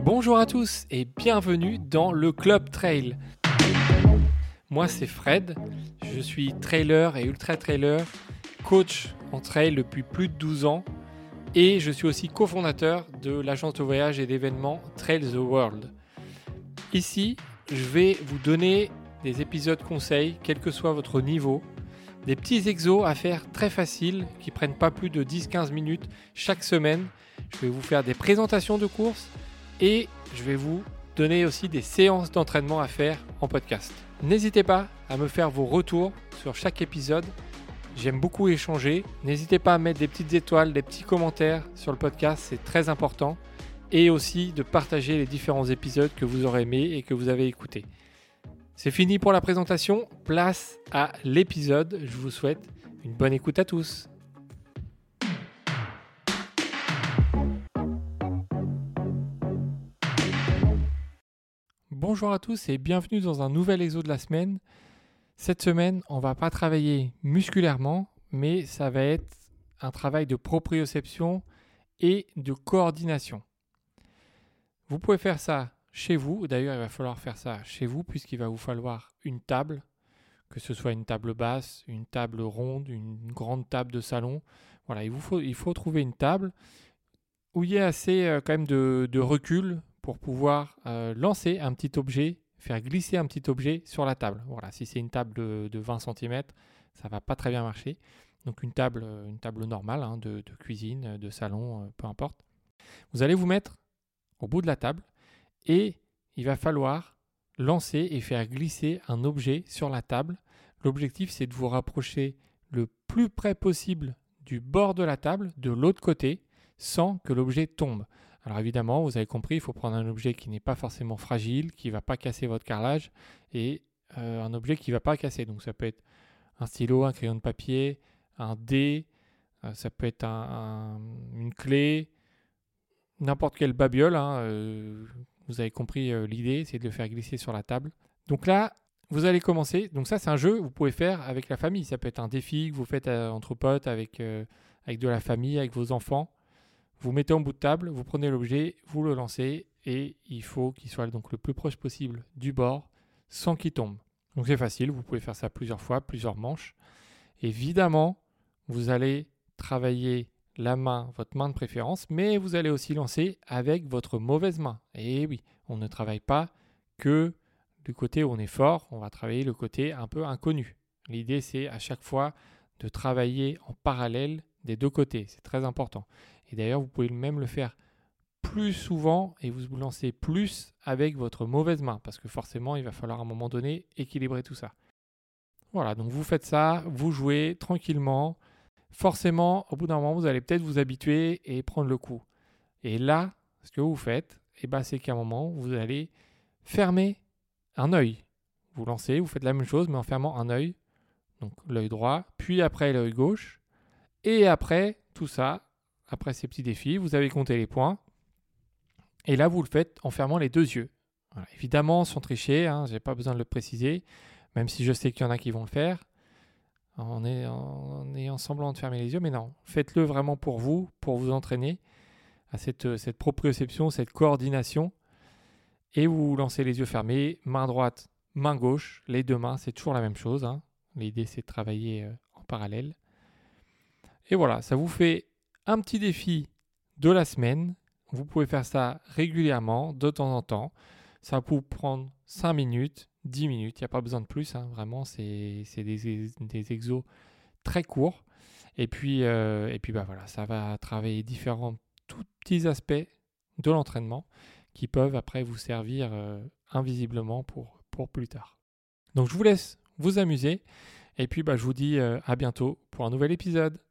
Bonjour à tous et bienvenue dans le Club Trail. Moi c'est Fred, je suis trailer et ultra trailer, coach en trail depuis plus de 12 ans et je suis aussi cofondateur de l'agence de voyage et d'événements Trail the World. Ici, je vais vous donner des épisodes conseils, quel que soit votre niveau, des petits exos à faire très faciles qui prennent pas plus de 10-15 minutes chaque semaine. Je vais vous faire des présentations de courses et je vais vous donner aussi des séances d'entraînement à faire en podcast. N'hésitez pas à me faire vos retours sur chaque épisode. J'aime beaucoup échanger. N'hésitez pas à mettre des petites étoiles, des petits commentaires sur le podcast, c'est très important. Et aussi de partager les différents épisodes que vous aurez aimés et que vous avez écoutés. C'est fini pour la présentation. Place à l'épisode. Je vous souhaite une bonne écoute à tous. Bonjour à tous et bienvenue dans un nouvel exo de la semaine. Cette semaine, on ne va pas travailler musculairement, mais ça va être un travail de proprioception et de coordination. Vous pouvez faire ça chez vous. D'ailleurs, il va falloir faire ça chez vous puisqu'il va vous falloir une table, que ce soit une table basse, une table ronde, une grande table de salon. Voilà, il faut trouver une table où il y ait assez quand même de recul pour pouvoir lancer un petit objet, faire glisser un petit objet sur la table. Voilà, si c'est une table de 20 cm, ça ne va pas très bien marcher. Donc une table normale de cuisine, de salon, peu importe. Vous allez vous mettre au bout de la table et il va falloir lancer et faire glisser un objet sur la table. L'objectif, c'est de vous rapprocher le plus près possible du bord de la table, de l'autre côté, sans que l'objet tombe. Alors évidemment, vous avez compris, il faut prendre un objet qui n'est pas forcément fragile, qui ne va pas casser votre carrelage, et un objet qui ne va pas casser. Donc ça peut être un stylo, un crayon de papier, un dé, ça peut être une clé, n'importe quelle babiole. Vous avez compris l'idée, c'est de le faire glisser sur la table. Donc là, vous allez commencer. Donc ça, c'est un jeu que vous pouvez faire avec la famille. Ça peut être un défi que vous faites entre potes, avec de la famille, avec vos enfants. Vous mettez en bout de table, vous prenez l'objet, vous le lancez et il faut qu'il soit donc le plus proche possible du bord sans qu'il tombe. Donc c'est facile, vous pouvez faire ça plusieurs fois, plusieurs manches. Évidemment, vous allez travailler la main, votre main de préférence, mais vous allez aussi lancer avec votre mauvaise main. Et oui, on ne travaille pas que du côté où on est fort, on va travailler le côté un peu inconnu. L'idée, c'est à chaque fois de travailler en parallèle des deux côtés. C'est très important. Et d'ailleurs, vous pouvez même le faire plus souvent et vous lancez plus avec votre mauvaise main parce que forcément, il va falloir à un moment donné équilibrer tout ça. Voilà, donc vous faites ça, vous jouez tranquillement. Forcément, au bout d'un moment, vous allez peut-être vous habituer et prendre le coup. Et là, ce que vous faites, c'est qu'à un moment, vous allez fermer un œil. Vous lancez, vous faites la même chose, mais en fermant un œil. Donc l'œil droit, puis après l'œil gauche. Et après tout ça, après ces petits défis, vous avez compté les points. Et là, vous le faites en fermant les deux yeux. Voilà. Évidemment, sans tricher, je n'ai pas besoin de le préciser, même si je sais qu'il y en a qui vont le faire, en ayant semblant de fermer les yeux. Mais non, faites-le vraiment pour vous entraîner à cette proprioception, cette coordination. Et vous lancez les yeux fermés, main droite, main gauche, les deux mains, c'est toujours la même chose. L'idée, c'est de travailler en parallèle. Et voilà, ça vous fait un petit défi de la semaine. Vous pouvez faire ça régulièrement, de temps en temps. Ça peut vous prendre 5 minutes, 10 minutes. Il n'y a pas besoin de plus. Vraiment, c'est des exos très courts. Et puis voilà, ça va travailler différents tout petits aspects de l'entraînement qui peuvent après vous servir invisiblement pour plus tard. Donc je vous laisse vous amuser. Et puis je vous dis à bientôt pour un nouvel épisode.